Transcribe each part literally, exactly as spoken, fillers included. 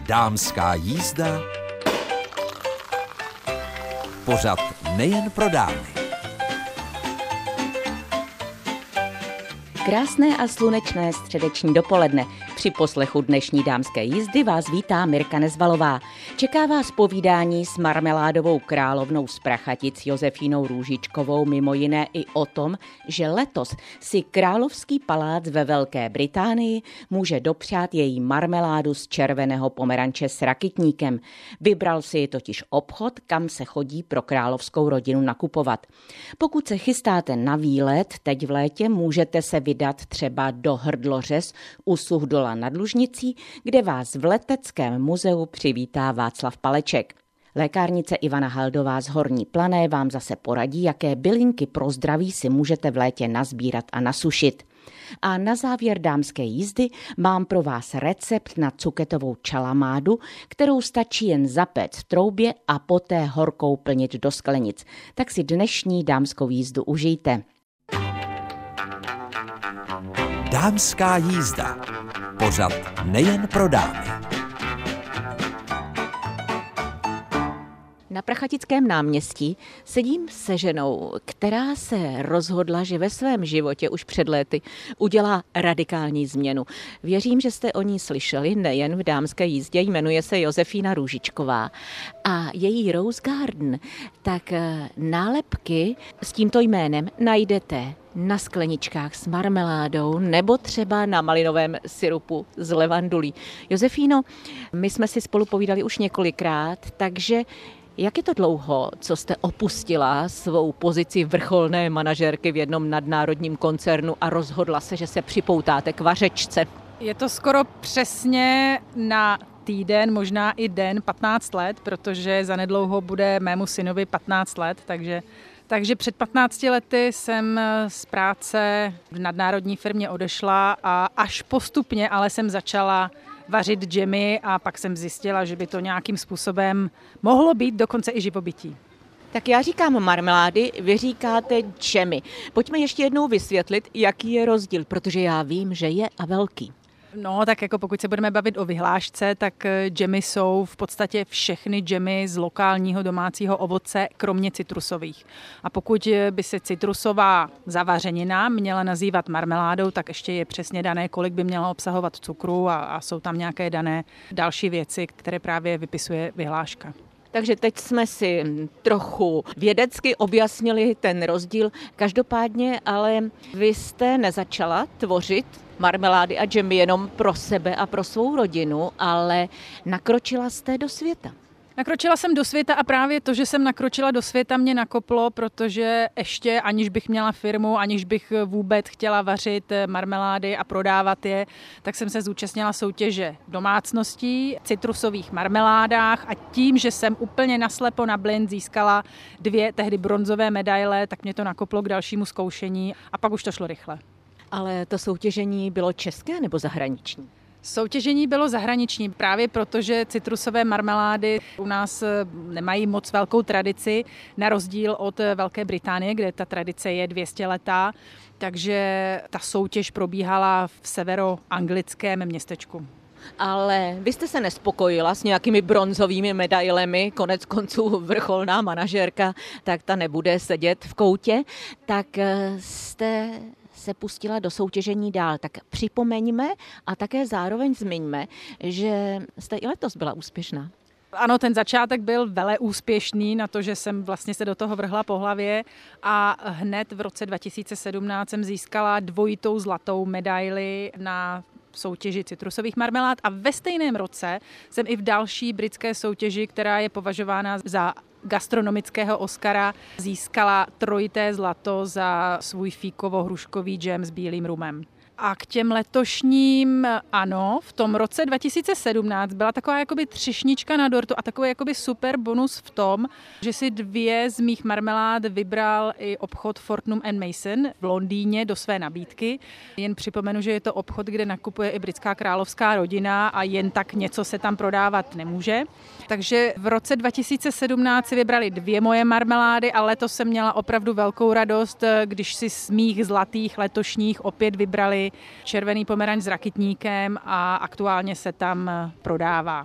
Dámská jízda, pořad nejen pro dámy. Krásné a slunečné středeční dopoledne. Při poslechu dnešní dámské jízdy vás vítá Mirka Nezvalová. Čeká vás povídání s marmeládovou královnou z Prachatic Josefínou Růžičkovou, mimo jiné i o tom, že letos si královský palác ve Velké Británii může dopřát její marmeládu z červeného pomeranče s rakitníkem. Vybral si ji totiž obchod, kam se chodí pro královskou rodinu nakupovat. Pokud se chystáte na výlet, teď v létě můžete se vydat třeba do Hrdlořez u Suchdola nad Lužnicí, kde vás v Leteckém muzeu přivítá Václav Paleček. Lékárnice Ivana Haldová z Horní Plané vám zase poradí, jaké bylinky pro zdraví si můžete v létě nazbírat a nasušit. A na závěr dámské jízdy mám pro vás recept na cuketovou čalamádu, kterou stačí jen zapéct v troubě a poté horkou plnit do sklenic. Tak si dnešní dámskou jízdu užijte. Dámská jízda. Pořad nejen pro dámy. Na Prachatickém náměstí sedím se ženou, která se rozhodla, že ve svém životě už před léty udělá radikální změnu. Věřím, že jste o ní slyšeli nejen v dámské jízdě, jmenuje se Josefína Růžičková. A její Rose Garden, tak nálepky s tímto jménem najdete na skleničkách s marmeládou nebo třeba na malinovém syrupu z levandulí. Josefíno, my jsme si spolu povídali už několikrát, takže jak je to dlouho, co jste opustila svou pozici vrcholné manažerky v jednom nadnárodním koncernu a rozhodla se, že se připoutáte k vařečce? Je to skoro přesně na týden, možná i den, patnáct let, protože zanedlouho bude mému synovi patnáct let, takže Takže před patnácti lety jsem z práce v nadnárodní firmě odešla a až postupně ale jsem začala vařit džemy a pak jsem zjistila, že by to nějakým způsobem mohlo být dokonce i živobytí. Tak já říkám marmelády, vy říkáte džemy. Pojďme ještě jednou vysvětlit, jaký je rozdíl, protože já vím, že je a velký. No, tak jako pokud se budeme bavit o vyhlášce, tak džemy jsou v podstatě všechny džemy z lokálního domácího ovoce, kromě citrusových. A pokud by se citrusová zavařenina měla nazývat marmeládou, tak ještě je přesně dané, kolik by měla obsahovat cukru a, a jsou tam nějaké dané další věci, které právě vypisuje vyhláška. Takže teď jsme si trochu vědecky objasnili ten rozdíl. Každopádně, ale vy jste nezačala tvořit marmelády a džemy jenom pro sebe a pro svou rodinu, ale nakročila jste do světa. Nakročila jsem do světa a právě to, že jsem nakročila do světa, mě nakoplo, protože ještě aniž bych měla firmu, aniž bych vůbec chtěla vařit marmelády a prodávat je, tak jsem se zúčastnila soutěže domácností, citrusových marmeládách a tím, že jsem úplně naslepo na blind získala dvě tehdy bronzové medaile, tak mě to nakoplo k dalšímu zkoušení a pak už to šlo rychle. Ale to soutěžení bylo české nebo zahraniční? Soutěžení bylo zahraniční právě proto, že citrusové marmelády u nás nemají moc velkou tradici, na rozdíl od Velké Británie, kde ta tradice je dvě stě letá, takže ta soutěž probíhala v severoanglickém městečku. Ale vy jste se nespokojila s nějakými bronzovými medailemi, konec konců vrcholná manažérka, tak ta nebude sedět v koutě, tak jste se pustila do soutěžení dál. Tak připomeňme a také zároveň zmiňme, že jste i letos byla úspěšná. Ano, ten začátek byl vele úspěšný na to, že jsem vlastně se do toho vrhla po hlavě a hned v roce dva tisíce sedmnáct jsem získala dvojitou zlatou medaili na soutěži citrusových marmelád a ve stejném roce jsem i v další britské soutěži, která je považována za gastronomického Oscara, získala trojité zlato za svůj fíkovo-hruškový džem s bílým rumem. A k těm letošním, ano, v tom roce dva tisíce sedmnáct byla taková jakoby třešnička na dortu a takový jakoby super bonus v tom, že si dvě z mých marmelád vybral i obchod Fortnum and Mason v Londýně do své nabídky. Jen připomenu, že je to obchod, kde nakupuje i britská královská rodina a jen tak něco se tam prodávat nemůže. Takže v roce dva tisíce sedmnáct si vybrali dvě moje marmelády a letos jsem měla opravdu velkou radost, když si z mých zlatých letošních opět vybrali červený pomeranč s rakitníkem a aktuálně se tam prodává.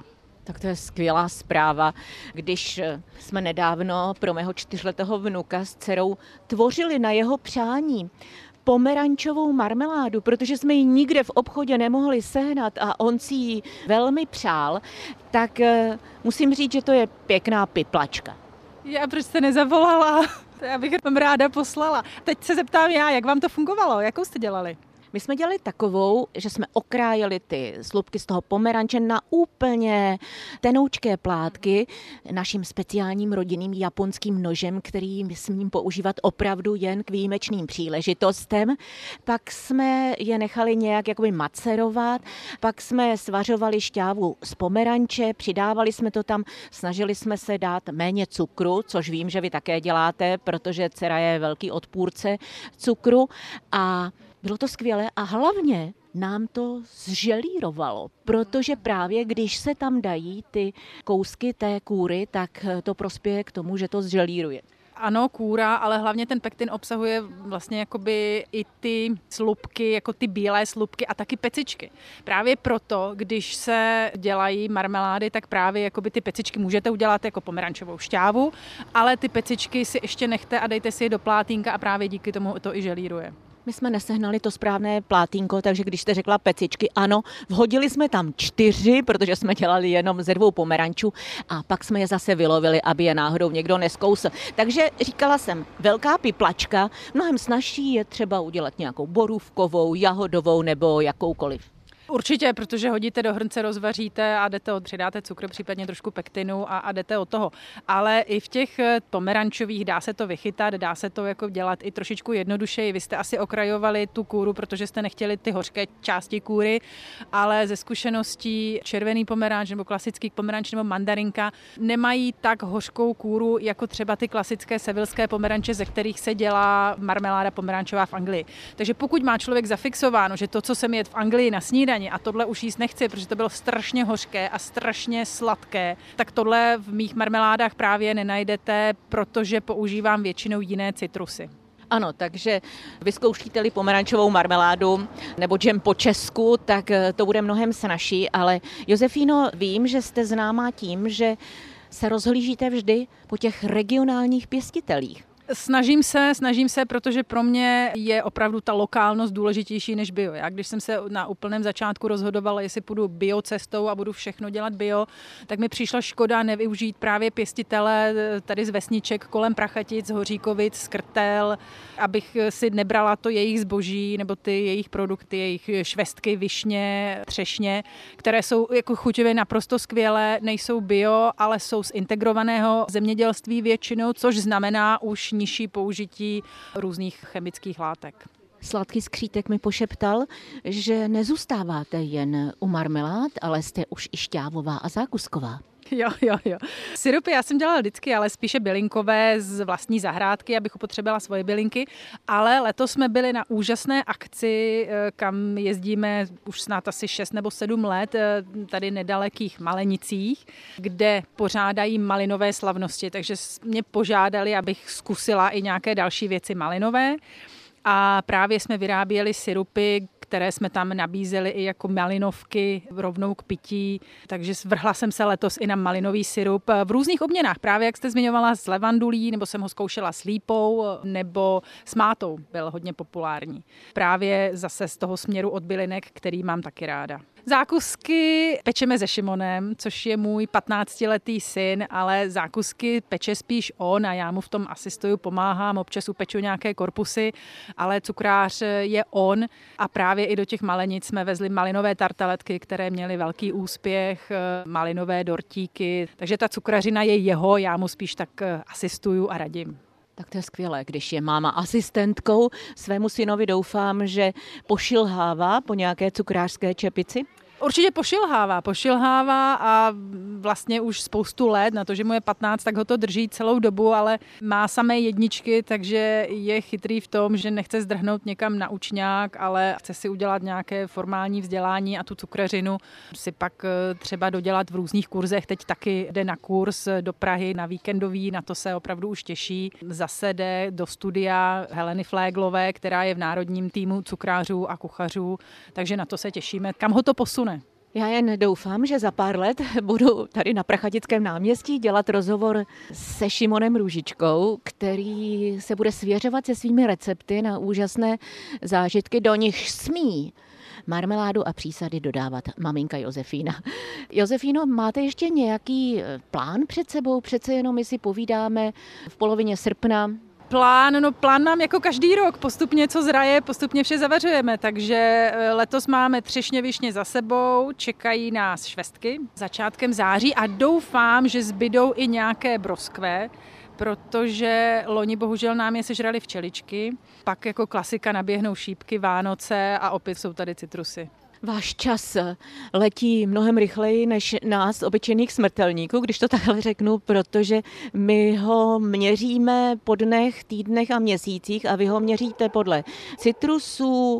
Tak to je skvělá zpráva. Když jsme nedávno pro mého čtyřletého vnuka s dcerou tvořili na jeho přání pomerančovou marmeládu, protože jsme ji nikde v obchodě nemohli sehnat a on si ji velmi přál, tak musím říct, že to je pěkná piplačka. Já proč jste nezavolala? Já bych vám ráda poslala. Teď se zeptám já, jak vám to fungovalo? Jakou jste dělali? My jsme dělali takovou, že jsme okrájeli ty slupky z toho pomeranče na úplně tenoučké plátky naším speciálním rodinným japonským nožem, který smím používat opravdu jen k výjimečným příležitostem. Pak jsme je nechali nějak jakoby macerovat, pak jsme svařovali šťávu z pomeranče, přidávali jsme to tam, snažili jsme se dát méně cukru, což vím, že vy také děláte, protože dcera je velký odpůrce cukru a bylo to skvělé a hlavně nám to zželírovalo, protože právě když se tam dají ty kousky té kůry, tak to prospěje k tomu, že to zželíruje. Ano, kůra, ale hlavně ten pektin obsahuje vlastně jakoby i ty slupky, jako ty bílé slupky a taky pecičky. Právě proto, když se dělají marmelády, tak právě jakoby ty pecičky můžete udělat jako pomerančovou šťávu, ale ty pecičky si ještě nechte a dejte si je do plátínka a právě díky tomu to i želíruje. My jsme nesehnali to správné plátínko, takže když jste řekla pecičky, ano, vhodili jsme tam čtyři, protože jsme dělali jenom ze dvou pomerančů a pak jsme je zase vylovili, aby je náhodou někdo neskousl. Takže říkala jsem, velká piplačka, mnohem snazší je třeba udělat nějakou borůvkovou, jahodovou nebo jakoukoliv. Určitě, protože hodíte do hrnce, rozvaříte a jdete od, přidáte cukr, případně trošku pektinu a, a jdete od toho. Ale i v těch pomerančových dá se to vychytat, dá se to jako dělat i trošičku jednodušeji. Vy jste asi okrajovali tu kůru, protože jste nechtěli ty hořké části kůry, ale ze zkušeností červený pomeranč nebo klasický pomeranč nebo mandarinka nemají tak hořkou kůru jako třeba ty klasické sevilské pomeranče, ze kterých se dělá marmeláda pomerančová v Anglii. Takže pokud má člověk zafixováno, že to, co jsem jet v Anglii na snídani, a tohle už jíst nechci, protože to bylo strašně hořké a strašně sladké, tak tohle v mých marmeládách právě nenajdete, protože používám většinou jiné citrusy. Ano, takže vyzkoušíte-li pomerančovou marmeládu nebo džem po česku, tak to bude mnohem snazší, ale Josefíno, vím, že jste známá tím, že se rozhlížíte vždy po těch regionálních pěstitelích. Snažím se, snažím se, protože pro mě je opravdu ta lokálnost důležitější než bio. Já když jsem se na úplném začátku rozhodovala, jestli půjdu bio cestou a budu všechno dělat bio, tak mi přišla škoda nevyužít právě pěstitele tady z vesniček kolem Prachatic, Hoříkovic, Skrtel, abych si nebrala to jejich zboží nebo ty jejich produkty, jejich švestky, višně, třešně, které jsou jako chuťově naprosto skvělé, nejsou bio, ale jsou z integrovaného zemědělství většinou, což znamená už nižší použití různých chemických látek. Sladký skřítek mi pošeptal, že nezůstáváte jen u marmelád, ale jste už i šťávová a zákusková. Jo, jo, jo. Syrupy já jsem dělala vždycky, ale spíše bylinkové z vlastní zahrádky, abych upotřebovala svoje bylinky, ale letos jsme byli na úžasné akci, kam jezdíme už snad asi šest nebo sedm let, tady nedalekých Malenicích, kde pořádají malinové slavnosti, takže mě požádali, abych zkusila i nějaké další věci malinové. A právě jsme vyráběli syrupy, které jsme tam nabízeli i jako malinovky rovnou k pití, takže vrhla jsem se letos i na malinový syrup v různých obměnách, právě jak jste zmiňovala s levandulí, nebo jsem ho zkoušela s lípou, nebo s mátou, byl hodně populární. Právě zase z toho směru od bylinek, který mám taky ráda. Zákusky pečeme se Šimonem, což je můj patnáctiletý syn, ale zákusky peče spíš on a já mu v tom asistuju, pomáhám, občas upeču nějaké korpusy, ale cukrář je on a právě i do těch Malenic jsme vezli malinové tartaletky, které měly velký úspěch, malinové dortíky, takže ta cukrařina je jeho, já mu spíš tak asistuju a radím. Tak to je skvělé, když je máma asistentkou. Svému synovi doufám, že pošilhává po nějaké cukrářské čepici. Určitě pošilhává, pošilhává a vlastně už spoustu let, na to, že mu je patnáct, tak ho to drží celou dobu, ale má samé jedničky, takže je chytrý v tom, že nechce zdrhnout někam na učňák, ale chce si udělat nějaké formální vzdělání a tu cukrařinu si pak třeba dodělat v různých kurzech. Teď taky jde na kurz do Prahy, na víkendový, na to se opravdu už těší. Zase jde do studia Heleny Fléglové, která je v národním týmu cukrářů a kuchařů, takže na to se těšíme. Kam ho to posune? Já jen doufám, že za pár let budu tady na Prachatickém náměstí dělat rozhovor se Šimonem Růžičkou, který se bude svěřovat se svými recepty na úžasné zážitky, do nich smí marmeládu a přísady dodávat maminka Josefína. Josefíno, máte ještě nějaký plán před sebou? Přece jenom my si povídáme v polovině srpna. Plán, no plán mám jako každý rok, postupně co zraje, postupně vše zavařujeme, takže letos máme třešně višně za sebou, čekají nás švestky začátkem září a doufám, že zbydou i nějaké broskve, protože loni bohužel nám je sežrali včeličky, pak jako klasika naběhnou šípky, Vánoce a opět jsou tady citrusy. Váš čas letí mnohem rychleji než nás, obyčejných smrtelníků, když to takhle řeknu, protože my ho měříme po dnech, týdnech a měsících a vy ho měříte podle citrusů,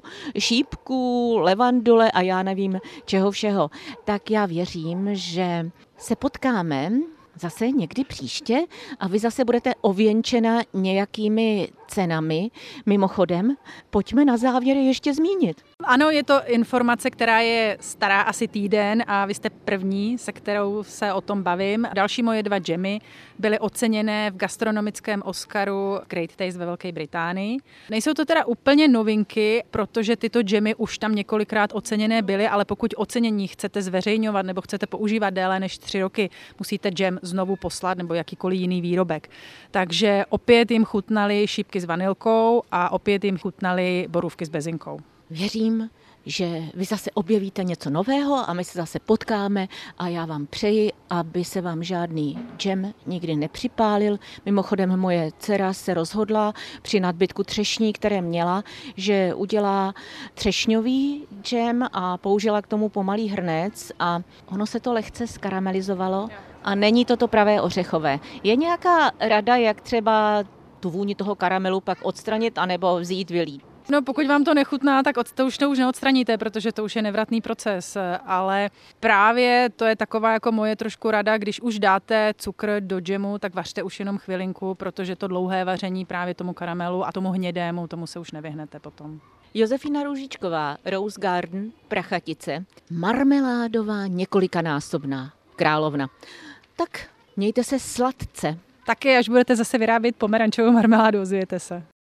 šípků, levandule a já nevím čeho všeho. Tak já věřím, že se potkáme zase někdy příště a vy zase budete ověnčena nějakými cenami. Mimochodem, pojďme na závěr ještě zmínit. Ano, je to informace, která je stará asi týden a vy jste první, se kterou se o tom bavím. Další moje dva džemy byly oceněné v gastronomickém Oscaru Great Taste ve Velké Británii. Nejsou to teda úplně novinky, protože tyto džemy už tam několikrát oceněné byly, ale pokud ocenění chcete zveřejňovat nebo chcete používat déle než tři roky, musíte džem znovu poslat nebo jakýkoliv jiný výrobek. Takže opět jim chutnaly šípky s vanilkou a opět jim chutnaly borůvky s bezinkou. Věřím, že vy zase objevíte něco nového a my se zase potkáme a já vám přeji, aby se vám žádný džem nikdy nepřipálil. Mimochodem moje dcera se rozhodla při nadbytku třešní, které měla, že udělá třešňový džem a použila k tomu pomalý hrnec a ono se to lehce skaramelizovalo a není to to pravé ořechové. Je nějaká rada, jak třeba tu vůni toho karamelu pak odstranit anebo vzít vylít? No pokud vám to nechutná, tak to už to už neodstraníte, protože to už je nevratný proces, ale právě to je taková jako moje trošku rada, když už dáte cukr do džemu, tak vařte už jenom chvilinku, protože to dlouhé vaření právě tomu karamelu a tomu hnědému, tomu se už nevyhnete potom. Josefína Růžičková, Rose Garden, Prachatice, marmeládová několikanásobná královna. Tak mějte se sladce. Taky, až budete zase vyrábět pomerančovou marmeládu, ozvěte se.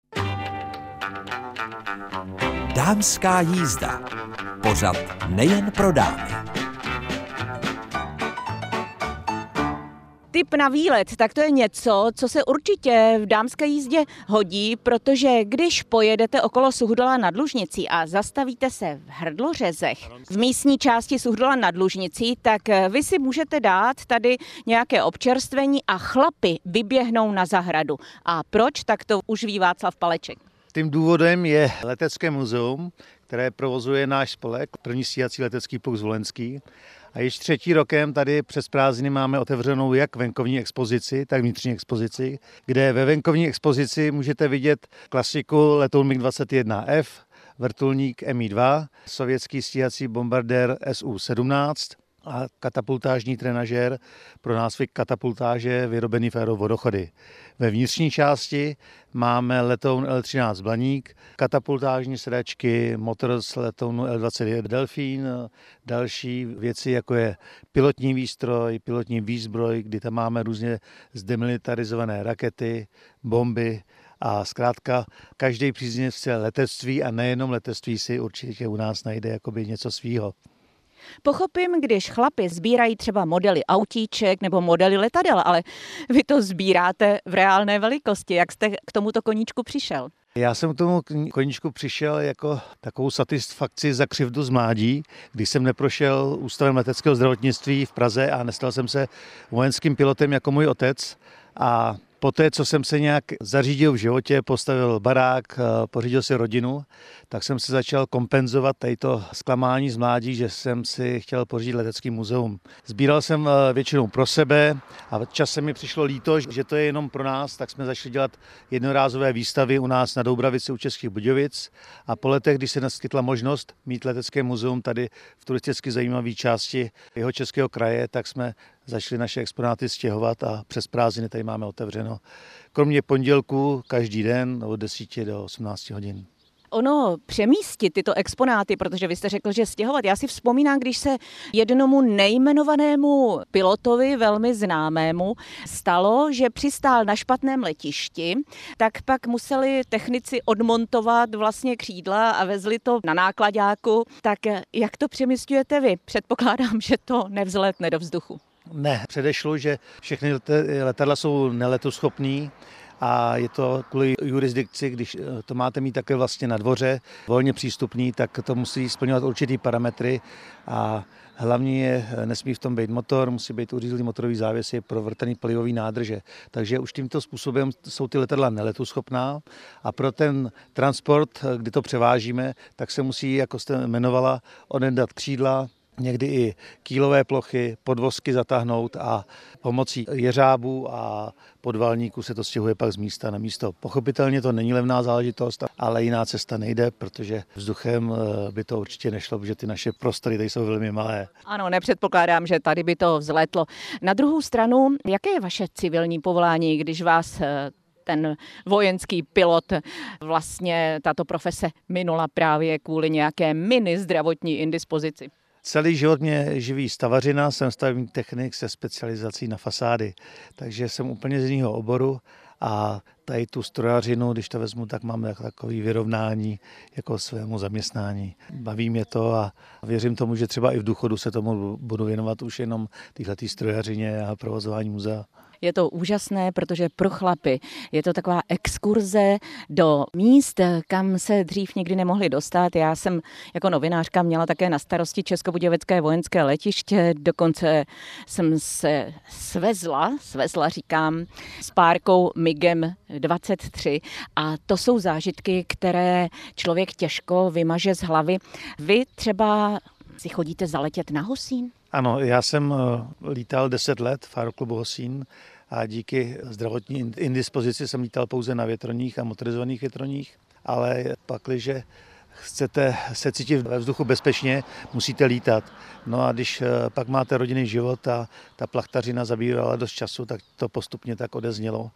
Dámská jízda. Pořad nejen pro dámy. Tip na výlet, tak to je něco, co se určitě v dámské jízdě hodí, protože když pojedete okolo Suchdola nad Lužnicí a zastavíte se v Hrdlořezech, v místní části Suchdola nad Lužnicí, tak vy si můžete dát tady nějaké občerstvení a chlapi vyběhnou na zahradu. A proč? Tak to už ví Václav Paleček. Tím důvodem je Letecké muzeum, které provozuje náš spolek, první stíhací letecký pluk Zvolenský. A již třetí rokem tady přes prázdniny máme otevřenou jak venkovní expozici, tak vnitřní expozici, kde ve venkovní expozici můžete vidět klasiku letoun mig dvacet jedna F, vrtulník M I dva, sovětský stíhací bombardér S U sedmnáct a katapultážní trenažér pro nácvik katapultáže vyrobený v Aerovodochody. Ve vnitřní části máme letoun L třináct Blaník, katapultážní sedačky, motor z letounu L dvacet jedna Delfín, další věci, jako je pilotní výstroj, pilotní výzbroj, kdy tam máme různě zdemilitarizované rakety, bomby a zkrátka každý příznivce letectví a nejenom letectví si určitě u nás najde jakoby něco svýho. Pochopím, když chlapi sbírají třeba modely autíček nebo modely letadel, ale vy to sbíráte v reálné velikosti. Jak jste k tomuto koníčku přišel? Já jsem k tomu koníčku přišel jako takovou satisfakci za křivdu z mládí, když jsem neprošel ústavem leteckého zdravotnictví v Praze a nestal jsem se vojenským pilotem jako můj otec. A poté, co jsem se nějak zařídil v životě, postavil barák, pořídil si rodinu, tak jsem se začal kompenzovat tady to zklamání z mládí, že jsem si chtěl pořídit letecký muzeum. Sbíral jsem většinou pro sebe a časem mi přišlo líto, že to je jenom pro nás, tak jsme začali dělat jednorázové výstavy u nás na Doubravici u Českých Budějovic a po letech, když se naskytla možnost mít letecké muzeum tady v turisticky zajímavé části jeho českého kraje, tak jsme začali naše exponáty stěhovat a přes prázdniny tady máme otevřeno. Kromě pondělku každý den od deseti do osmnácti hodin. Ono přemístit tyto exponáty, protože vy jste řekl, že stěhovat. Já si vzpomínám, když se jednomu nejmenovanému pilotovi, velmi známému, stalo, že přistál na špatném letišti, tak pak museli technici odmontovat vlastně křídla a vezli to na náklaďáku. Tak jak to přemísťujete vy? Předpokládám, že to nevzlétne do vzduchu. Ne, předešlo, že všechny letadla jsou neletoschopný. A je to kvůli jurisdikci, když to máte mít také vlastně na dvoře, volně přístupný, tak to musí splňovat určitý parametry a hlavní je, nesmí v tom být motor, musí být uřízlý motorový závěsy, provrtaný palivový nádrže. Takže už tímto způsobem jsou ty letadla neletoschopná a pro ten transport, kdy to převážíme, tak se musí, jako jste jmenovala, odendat křídla, někdy i kýlové plochy, podvozky zatáhnout a pomocí jeřábů a podvalníků se to stěhuje pak z místa na místo. Pochopitelně to není levná záležitost, ale jiná cesta nejde, protože vzduchem by to určitě nešlo, protože ty naše prostory tady jsou velmi malé. Ano, nepředpokládám, že tady by to vzletlo. Na druhou stranu, jaké je vaše civilní povolání, když vás ten vojenský pilot, vlastně tato profese minula právě kvůli nějaké mini zdravotní indispozici? Celý život mě živí stavařina, jsem stavební technik se specializací na fasády, takže jsem úplně z jiného oboru a tady tu strojařinu, když to vezmu, tak mám takový vyrovnání jako svému zaměstnání. Baví mě to a věřím tomu, že třeba i v důchodu se tomu budu věnovat už jenom téhletý strojařině a provozování muzea. Je to úžasné, protože pro chlapy je to taková exkurze do míst, kam se dřív nikdy nemohli dostat. Já jsem jako novinářka měla také na starosti Českobudějovické vojenské letiště, dokonce jsem se svezla, svezla říkám, s párkou MIGem dvacet tři a to jsou zážitky, které člověk těžko vymaže z hlavy. Vy třeba si chodíte zaletět na Hosín? Ano, já jsem lítal deset let v Aeroklubu Hosín a díky zdravotní indispozici jsem lítal pouze na větroních a motorizovaných větroních, ale pakliže chcete se cítit ve vzduchu bezpečně, musíte lítat. No a když pak máte rodinný život a ta plachtařina zabývala dost času, tak to postupně tak odeznělo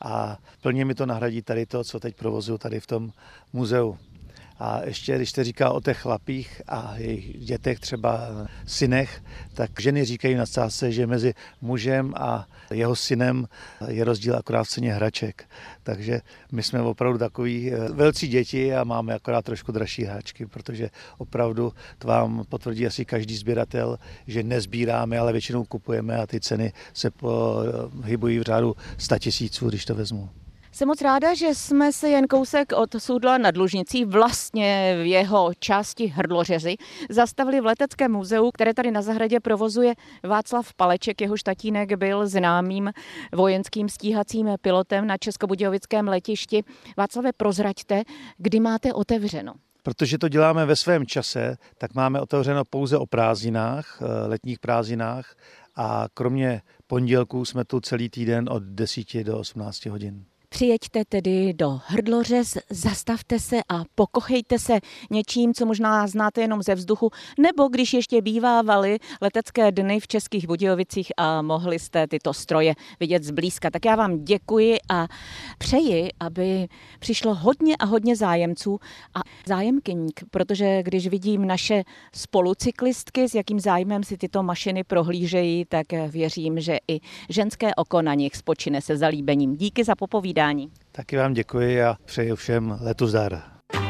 a plně mi to nahradí tady to, co teď provozuju tady v tom muzeu. A ještě, když jste říkal o těch chlapích a jejich dětech, třeba synech, tak ženy říkají na scénce, že mezi mužem a jeho synem je rozdíl akorát v ceně hraček. Takže my jsme opravdu takový velcí děti a máme akorát trošku dražší hračky, protože opravdu to vám potvrdí asi každý sběratel, že nezbíráme, ale většinou kupujeme a ty ceny se pohybují v řádu sta tisíců, když to vezmu. Jsem moc ráda, že jsme se jen kousek od Soudla nad Lužnicí, vlastně v jeho části Hrdlořezy, zastavili v Leteckém muzeu, které tady na zahradě provozuje Václav Paleček. Jehož tatínek byl známým vojenským stíhacím pilotem na Českobudějovickém letišti. Václave, prozraďte, kdy máte otevřeno? Protože to děláme ve svém čase, tak máme otevřeno pouze o prázdninách, letních prázdninách a kromě pondělků jsme tu celý týden od deseti do osmnácti hodin. Přijeďte tedy do Hrdlořez, zastavte se a pokochejte se něčím, co možná znáte jenom ze vzduchu, nebo když ještě bývávaly letecké dny v Českých Budějovicích a mohli jste tyto stroje vidět zblízka. Tak já vám děkuji a přeji, aby přišlo hodně a hodně zájemců a zájemkyní, protože když vidím naše spolucyklistky, s jakým zájmem si tyto mašiny prohlížejí, tak věřím, že i ženské oko na nich spočine se zalíbením. Díky za popovídání. Taky vám děkuji a přeji všem letu zdar.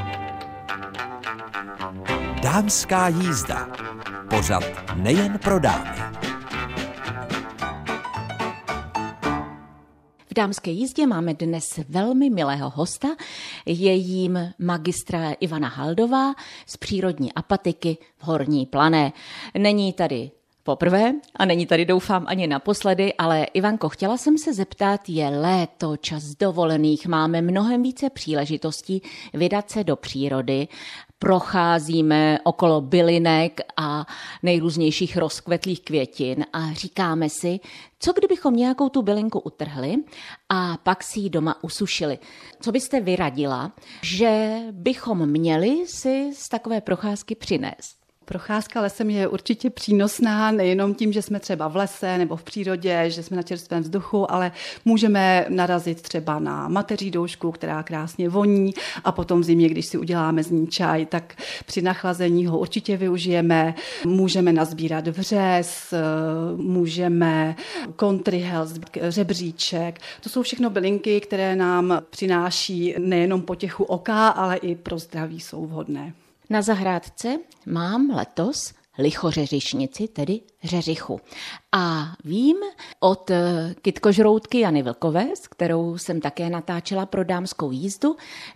Dámská jízda. Pořad nejen pro dámy. V dámské jízdě máme dnes velmi milého hosta, je jím magistra Ivana Haldová z přírodní apatiky v Horní Plané. Není tady poprvé a není tady doufám ani naposledy, ale Ivanko, chtěla jsem se zeptat, je léto, čas dovolených, máme mnohem více příležitostí vydat se do přírody, procházíme okolo bylinek a nejrůznějších rozkvetlých květin a říkáme si, co kdybychom nějakou tu bylinku utrhli a pak si ji doma usušili. Co byste vyradila, že bychom měli si z takové procházky přinést? Procházka lesem je určitě přínosná, nejenom tím, že jsme třeba v lese nebo v přírodě, že jsme na čerstvém vzduchu, ale můžeme narazit třeba na mateří doušku, která krásně voní, a potom v zimě, když si uděláme z ní čaj, tak při nachlazení ho určitě využijeme. Můžeme nazbírat vřes, můžeme kontrihel, řebříček. To jsou všechno bylinky, které nám přináší nejenom potěchu oka, ale i pro zdraví jsou vhodné. Na zahrádce mám letos lichořeřišnici, tedy řeřichu. A vím od kytkožroutky Jany Vlkové, s kterou jsem také natáčela pro Dámskou jízdu,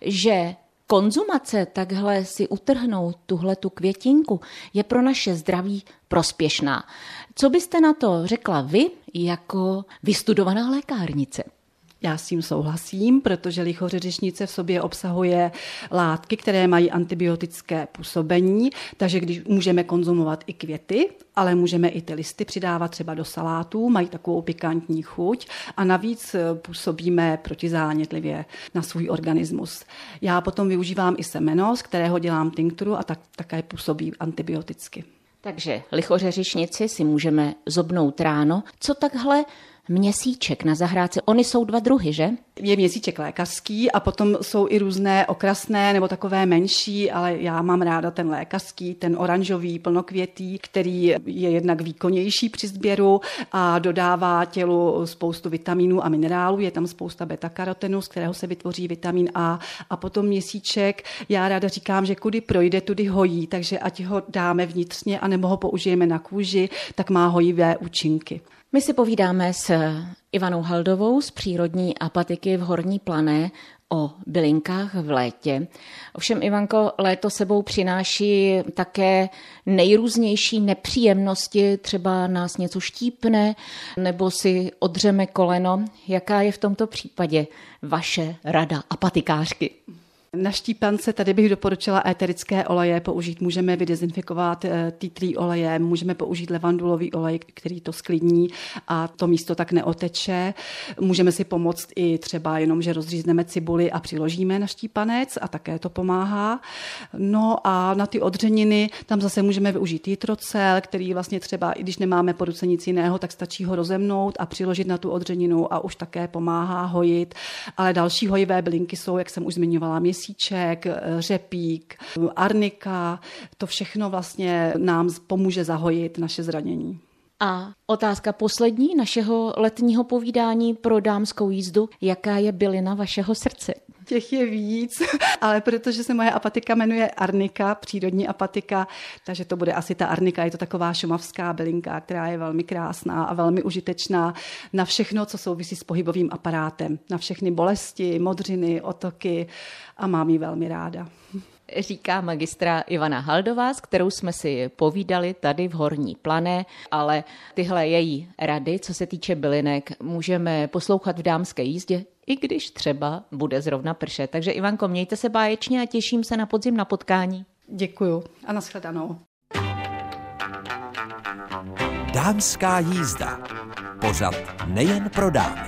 že konzumace takhle si utrhnout tuhletu květinku je pro naše zdraví prospěšná. Co byste na to řekla vy jako vystudovaná lékárnice? Já s tím souhlasím, protože lichořeřišnice v sobě obsahuje látky, které mají antibiotické působení, takže když můžeme konzumovat i květy, ale můžeme i ty listy přidávat třeba do salátů, mají takovou pikantní chuť a navíc působíme protizánětlivě na svůj organismus. Já potom využívám i semeno, z kterého dělám tinkturu a tak také působí antibioticky. Takže lichořeřišnici si můžeme zobnout ráno. Co takhle měsíček na zahrádce? Ony jsou dva druhy, že? Je měsíček lékařský a potom jsou i různé okrasné nebo takové menší, ale já mám ráda ten lékařský, ten oranžový, plnokvětý, který je jednak výkonnější při sběru a dodává tělu spoustu vitamínů a minerálů. Je tam spousta beta-karotenu, z kterého se vytvoří vitamin A. A potom měsíček, já ráda říkám, že kudy projde, tudy hojí, takže ať ho dáme vnitřně anebo ho použijeme na kůži, tak má hojivé účinky. My si povídáme s Ivanou Haldovou z přírodní apatiky v Horní Plané o bylinkách v létě. Ovšem, Ivanko, léto sebou přináší také nejrůznější nepříjemnosti, třeba nás něco štípne nebo si odřeme koleno. Jaká je v tomto případě vaše rada apatikářky? Na štípance tady bych doporučila éterické oleje použít. Můžeme vydezinfikovat tea tree oleje, můžeme použít levandulový olej, který to sklidní a to místo tak neoteče. Můžeme si pomoct i třeba jenom, že rozřízneme cibuli a přiložíme na štípanec a také to pomáhá. No a na ty odřeniny tam zase můžeme využít jitrocel, který vlastně třeba, i když nemáme po ruce nic jiného, tak stačí ho rozemnout a přiložit na tu odřeninu a už také pomáhá hojit. Ale další hojivé bylinky jsou, jak jsem už zmiňovala, měsíček, řepík, arnika, to všechno vlastně nám pomůže zahojit naše zranění. A otázka poslední našeho letního povídání pro Dámskou jízdu. Jaká je bylina vašeho srdce? Těch je víc, ale protože se moje apatika jmenuje arnika, přírodní apatika, takže to bude asi ta arnika. Je to taková šumavská bylinka, která je velmi krásná a velmi užitečná na všechno, co souvisí s pohybovým aparátem. Na všechny bolesti, modřiny, otoky a mám ji velmi ráda. Říká magistra Ivana Haldová, s kterou jsme si povídali tady v Horní Plané, ale tyhle její rady, co se týče bylinek, můžeme poslouchat v Dámské jízdě, i když třeba bude zrovna pršet. Takže Ivanko, mějte se báječně a těším se na podzim na potkání. Děkuju a nashledanou. Dámská jízda. Pořad nejen pro dámy.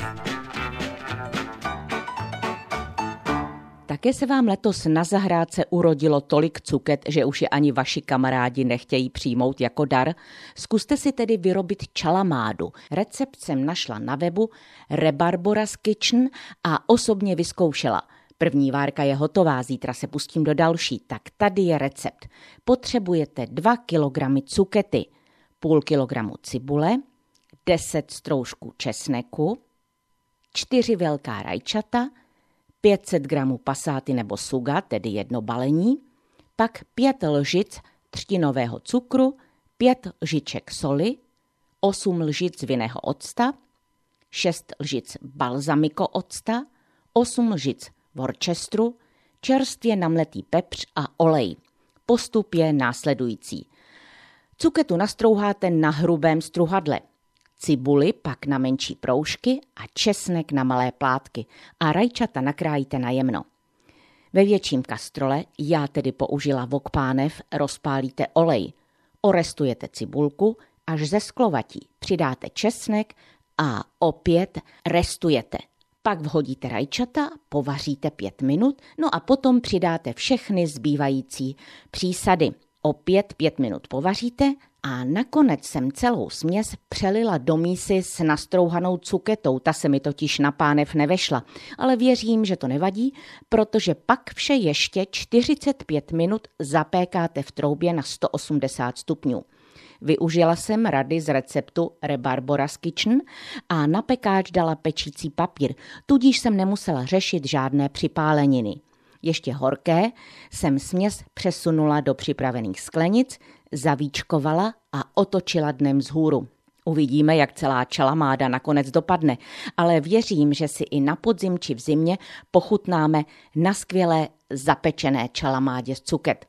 Také se vám letos na zahrádce urodilo tolik cuket, že už je ani vaši kamarádi nechtějí přijmout jako dar? Zkuste si tedy vyrobit čalamádu. Recept jsem našla na webu Rebarbora's Kitchen a osobně vyzkoušela. První várka je hotová, zítra se pustím do další, tak tady je recept. Potřebujete dva kilogramy cukety, půl kilogramu cibule, deset stroužků česneku, čtyři velká rajčata, pět set gramů pasáty nebo suga, tedy jedno balení, pak pět lžic třtinového cukru, pět lžiček soli, osm lžic vinného octa, šest lžic balzamiko octa, osm lžic worcesteru, čerstvě namletý pepř a olej. Postup je následující. Cuketu nastrouháte na hrubém struhadle. Cibuli pak na menší proužky a česnek na malé plátky a rajčata nakrájíte na jemno. Ve větším kastrole, já tedy použila wokpánev, rozpálíte olej. Orestujete cibulku, až zesklovatí. Přidáte česnek a opět restujete. Pak vhodíte rajčata, povaříte pět minut, no a potom přidáte všechny zbývající přísady. Opět pět minut povaříte a nakonec jsem celou směs přelila do mísy s nastrouhanou cuketou, ta se mi totiž na pánev nevešla, ale věřím, že to nevadí, protože pak vše ještě čtyřicet pět minut zapékáte v troubě na sto osmdesát stupňů. Využila jsem rady z receptu Rebarbora's Kitchen a na pekáč dala pečící papír, tudíž jsem nemusela řešit žádné připáleniny. Ještě horké jsem směs přesunula do připravených sklenic, zavíčkovala a otočila dnem vzhůru. Uvidíme, jak celá čalamáda nakonec dopadne, ale věřím, že si i na podzim či v zimě pochutnáme na skvělé zapečené čalamádě z cuket.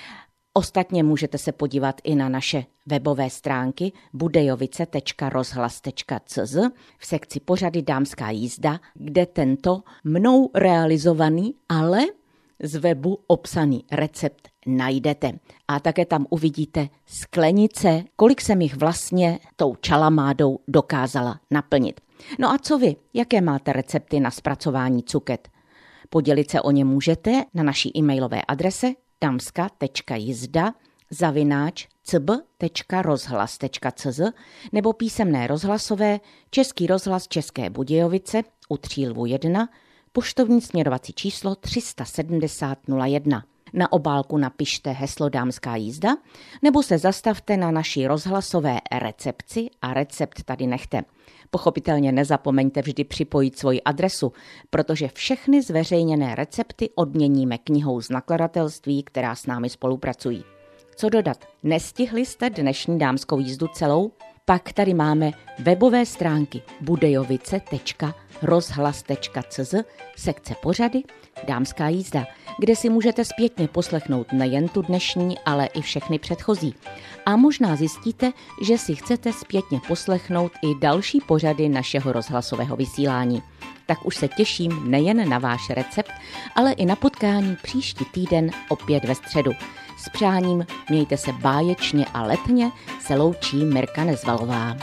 Ostatně můžete se podívat i na naše webové stránky budejovice tečka rozhlas tečka cz v sekci pořady Dámská jízda, kde tento mnou realizovaný, ale z webu obsaný recept najdete. A také tam uvidíte sklenice, kolik jsem jich vlastně tou čalamádou dokázala naplnit. No a co vy? Jaké máte recepty na zpracování cuket? Podělit se o ně můžete na naší e-mailové adrese damska tečka jizda zavináč cb tečka rozhlas tečka cz nebo písemné rozhlasové Český rozhlas České Budějovice u Třílvu jedna, poštovní směrovací číslo tři set sedmdesát nula jedna. Na obálku napište heslo Dámská jízda nebo se zastavte na naší rozhlasové recepci a recept tady nechte. Pochopitelně nezapomeňte vždy připojit svoji adresu, protože všechny zveřejněné recepty odměníme knihou z nakladatelství, která s námi spolupracují. Co dodat? Nestihli jste dnešní dámskou jízdu celou? Pak tady máme webové stránky budejovice tečka rozhlas tečka cz, sekce pořady Dámská jízda, kde si můžete zpětně poslechnout nejen tu dnešní, ale i všechny předchozí. A možná zjistíte, že si chcete zpětně poslechnout i další pořady našeho rozhlasového vysílání. Tak už se těším nejen na váš recept, ale i na potkání příští týden opět ve středu. S přáním mějte se báječně a letně, se loučí Mirka Nezvalová.